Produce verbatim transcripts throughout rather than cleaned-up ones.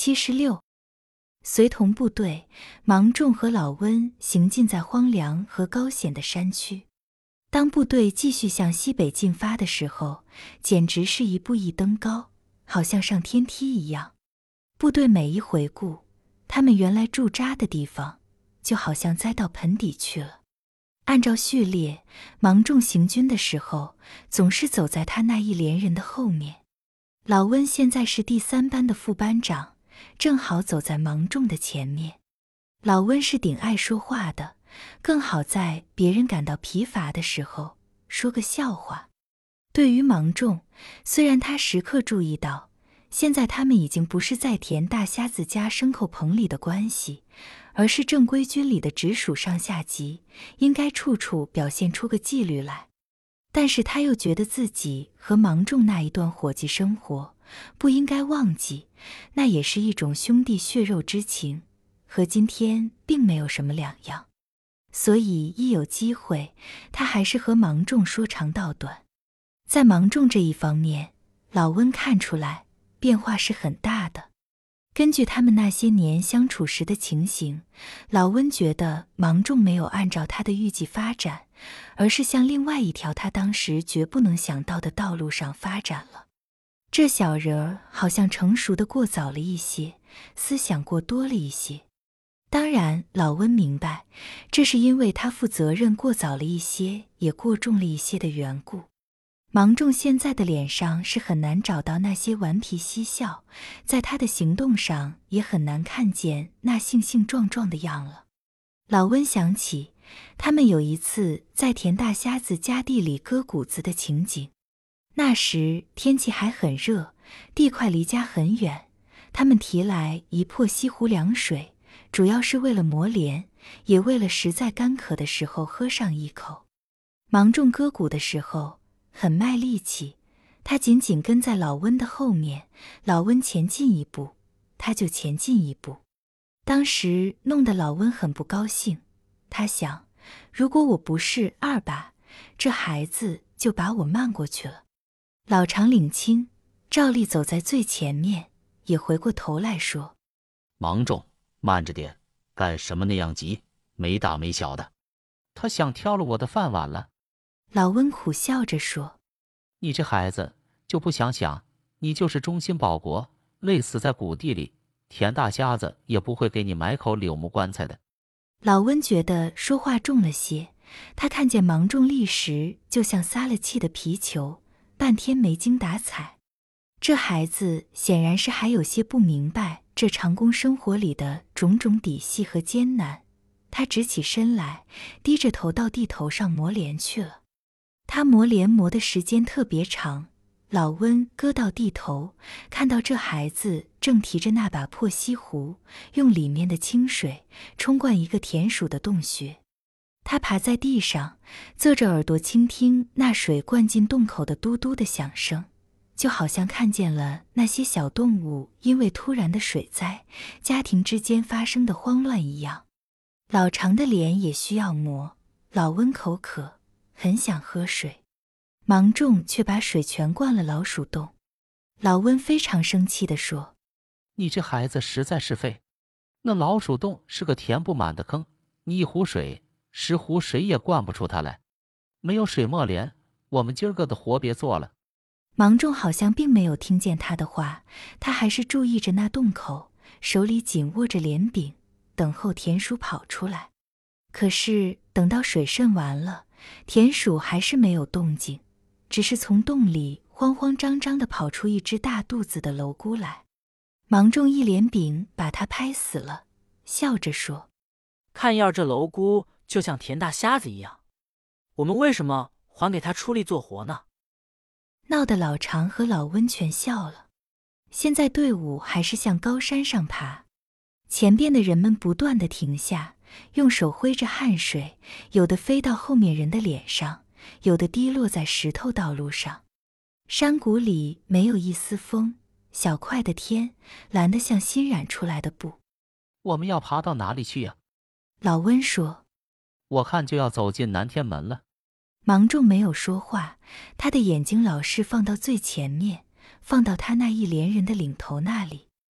七十六，随同部队，芒种和老温行进在荒凉和高险的山区。当部队继续向西北进发的时候，简直是一步一登高，好像上天梯一样。部队每一回顾，他们原来驻扎的地方，就好像栽到盆底去了。按照序列，芒种行军的时候，总是走在他那一连人的后面。老温现在是第三班的副班长，正好走在芒种的前面。老温是顶爱说话的，更好在别人感到疲乏的时候说个笑话。对于芒种，虽然他时刻注意到现在他们已经不是在田大瞎子家牲口棚里的关系，而是正规军里的直属上下级，应该处处表现出个纪律来，但是他又觉得自己和芒种那一段伙计生活不应该忘记，那也是一种兄弟血肉之情，和今天并没有什么两样。所以一有机会，他还是和芒种说长道短。在芒种这一方面，老温看出来变化是很大的。根据他们那些年相处时的情形，老温觉得芒种没有按照他的预计发展，而是向另外一条他当时绝不能想到的道路上发展了。这小人儿好像成熟的过早了一些，思想过多了一些。当然，老温明白，这是因为他负责任过早了一些，也过重了一些的缘故。芒种现在的脸上是很难找到那些顽皮嬉笑，在他的行动上也很难看见那性性壮壮的样了。老温想起他们有一次在田大瞎子家地里割谷子的情景，那时天气还很热，地块离家很远，他们提来一破西湖凉水，主要是为了磨莲，也为了实在干渴的时候喝上一口。芒种割谷的时候很卖力气，他紧紧跟在老温的后面，老温前进一步，他就前进一步。当时弄得老温很不高兴，他想，如果我不是二把，这孩子就把我慢过去了。老长领青照例走在最前面，也回过头来说： 芒种，慢着点，干什么那样急，没大没小的。他想挑了我的饭碗了。 老温苦笑着说： 你这孩子就不想想，你就是忠心报国，累死在谷地里，田大瞎子也不会给你买口柳木棺材的。 老温觉得说话重了些，他看见芒种立时就像撒了气的皮球，半天没精打采。这孩子显然是还有些不明白这长工生活里的种种底细和艰难。他直起身来，低着头到地头上磨莲去了。他磨莲磨的时间特别长，老温搁到地头，看到这孩子正提着那把破西壶，用里面的清水冲灌一个田鼠的洞穴。他爬在地上，侧着耳朵倾听那水灌进洞口的嘟嘟的响声，就好像看见了那些小动物因为突然的水灾，家庭之间发生的慌乱一样。老长的脸也需要磨，老温口渴，很想喝水，芒种却把水全灌了老鼠洞。老温非常生气地说： 你这孩子实在是废，那老鼠洞是个填不满的坑，你一壶水十壶谁也灌不出它来，没有水磨莲，我们今儿个的活别做了。 芒种好像并没有听见他的话，他还是注意着那洞口，手里紧握着莲柄，等候田鼠跑出来。可是等到水渗完了，田鼠还是没有动静，只是从洞里慌慌张张地跑出一只大肚子的蝼蛄来。芒种一连柄把它拍死了，笑着说： 看样这蝼蛄就像田大瞎子一样，我们为什么还给他出力做活呢？ 闹得老长和老温全笑了。现在队伍还是向高山上爬，前边的人们不断地停下，用手挥着汗水，有的飞到后面人的脸上，有的滴落在石头道路上。山谷里没有一丝风，小块的天蓝得像新染出来的布。 我们要爬到哪里去呀？ 老温说： 我看就要走进南天门了。 芒种没有说话，他的眼睛老是放到最前面，放到他那一连人的领头那里。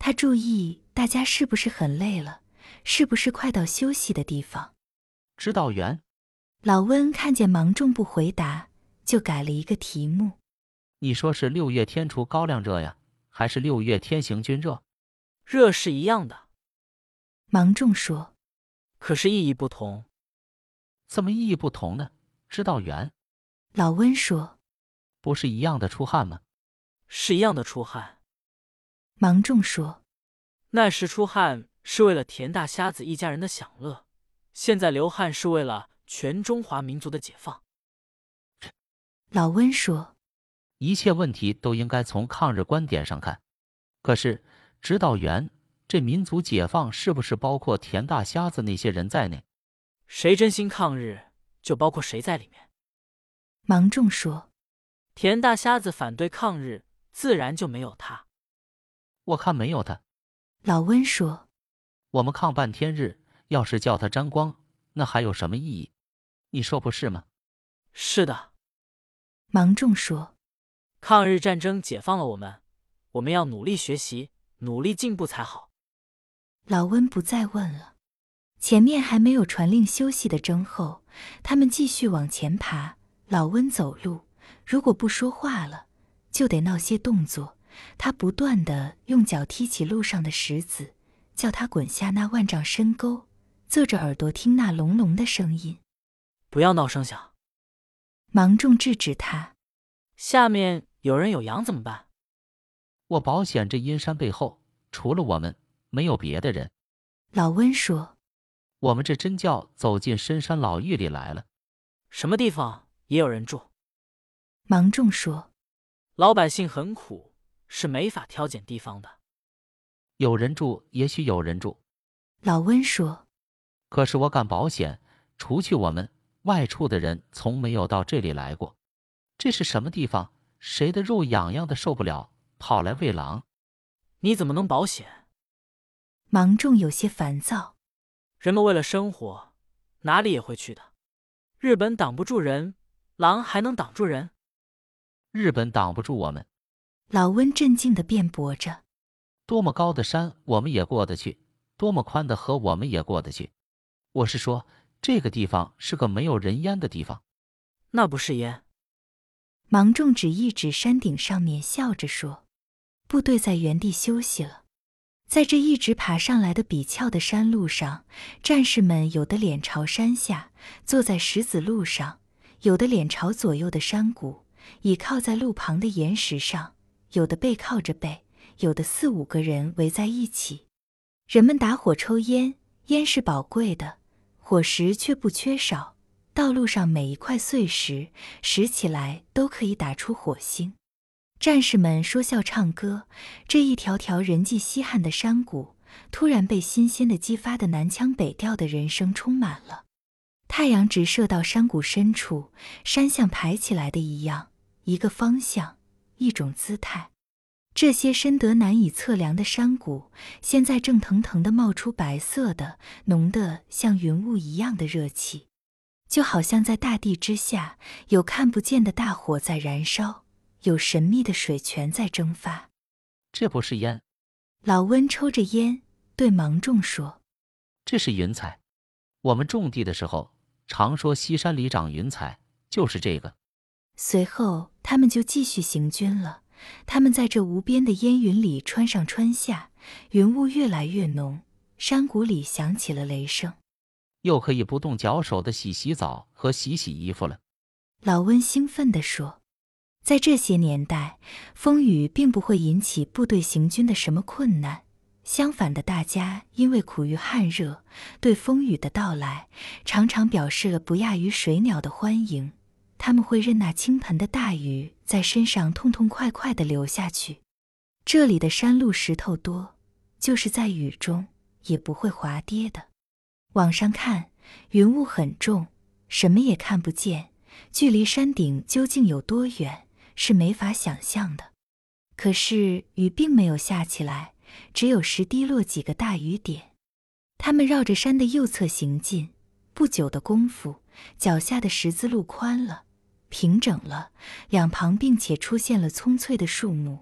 他注意大家是不是很累了，是不是快到休息的地方。 指导员， 老温看见芒种不回答，就改了一个题目。 你说是六月天除高粱热呀，还是六月天行军热？ 热是一样的。 芒种说。 可是意义不同。 怎么意义不同呢？指导员， 老温说。 不是一样的出汗吗？ 是一样的出汗。 芒种说。 那时出汗是为了田大瞎子一家人的享乐，现在流汗是为了全中华民族的解放。 老温说。 一切问题都应该从抗日观点上看。可是，指导员，这民族解放是不是包括田大瞎子那些人在内？ 谁真心抗日，就包括谁在里面。 芒种说。 田大瞎子反对抗日，自然就没有他。 我看没有他。 老温说。 我们抗半天日，要是叫他沾光，那还有什么意义？你说不是吗？ 是的。 芒种说。 抗日战争解放了我们，我们要努力学习，努力进步才好。 老温不再问了。前面还没有传令休息的征候，他们继续往前爬。老温走路，如果不说话了，就得闹些动作。他不断地用脚踢起路上的石子，叫他滚下那万丈深沟，侧着耳朵听那隆隆的声音。 不要闹声响。 芒种制止他。 下面有人有羊怎么办？ 我保险这阴山背后，除了我们，没有别的人。 老温说。 我们这真叫走进深山老峪里来了。 什么地方也有人住。 芒种说。 老百姓很苦，是没法挑拣地方的。 有人住，也许有人住。 老温说。 可是我敢保险，除去我们，外处的人从没有到这里来过。这是什么地方？谁的肉痒痒的受不了，跑来喂狼？ 你怎么能保险？ 芒种有些烦躁。 人们为了生活，哪里也会去的。日本挡不住人，狼还能挡住人？ 日本挡不住我们。 老温镇静地辩驳着。 多么高的山我们也过得去，多么宽的河我们也过得去。我是说，这个地方是个没有人烟的地方。 那不是烟。 芒种指一指山顶上面，笑着说。部队在原地休息了。在这一直爬上来的陡峭的山路上，战士们有的脸朝山下，坐在石子路上；有的脸朝左右的山谷，倚靠在路旁的岩石上；有的背靠着背，有的四五个人围在一起。人们打火抽烟，烟是宝贵的，火石却不缺少。道路上每一块碎石，拾起来都可以打出火星。战士们说笑唱歌，这一条条人迹稀罕的山谷，突然被新鲜的激发的南腔北调的人声充满了。太阳直射到山谷深处，山像排起来的一样，一个方向，一种姿态。这些深得难以测量的山谷，现在正腾腾地冒出白色的、浓得像云雾一样的热气，就好像在大地之下，有看不见的大火在燃烧，有神秘的水泉在蒸发。 这不是烟。 老温抽着烟，对芒种说。 这是云彩。我们种地的时候，常说西山里长云彩，就是这个。 随后他们就继续行军了。他们在这无边的烟云里穿上穿下，云雾越来越浓，山谷里响起了雷声。 又可以不动脚手的洗洗澡和洗洗衣服了。 老温兴奋地说。在这些年代，风雨并不会引起部队行军的什么困难，相反的，大家因为苦于旱热，对风雨的到来常常表示了不亚于水鸟的欢迎。他们会任那倾盆的大雨在身上痛痛快快地流下去。这里的山路石头多，就是在雨中也不会滑跌的。往上看，云雾很重，什么也看不见，距离山顶究竟有多远，是没法想象的。可是雨并没有下起来，只有时滴落几个大雨点。他们绕着山的右侧行进，不久的功夫，脚下的石子路宽了，平整了，两旁并且出现了葱翠的树木。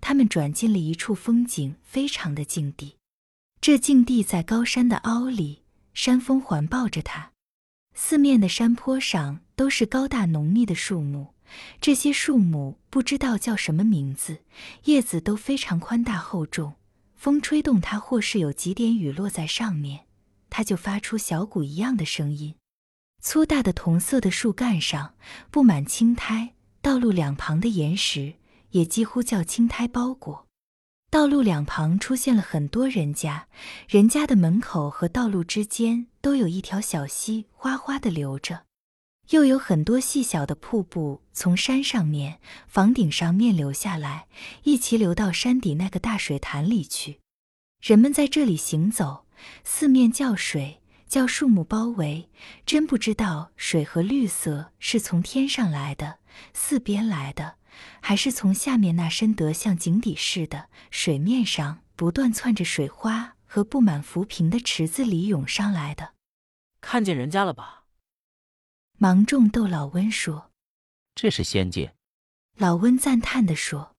他们转进了一处风景非常的境地。这境地在高山的凹里，山峰环抱着它，四面的山坡上都是高大浓密的树木，这些树木不知道叫什么名字，叶子都非常宽大厚重，风吹动它，或是有几点雨落在上面，它就发出小鼓一样的声音。粗大的同色的树干上布满青苔，道路两旁的岩石也几乎叫青苔包裹。道路两旁出现了很多人家，人家的门口和道路之间都有一条小溪哗哗地流着，又有很多细小的瀑布从山上面、房顶上面流下来，一起流到山底那个大水潭里去。人们在这里行走，四面叫水，叫树木包围，真不知道水和绿色是从天上来的，四边来的，还是从下面那深得像井底似的水面上不断窜着水花和布满浮萍的池子里涌上来的。 看见人家了吧？ 芒种逗老温说。 这是仙界。 老温赞叹地说。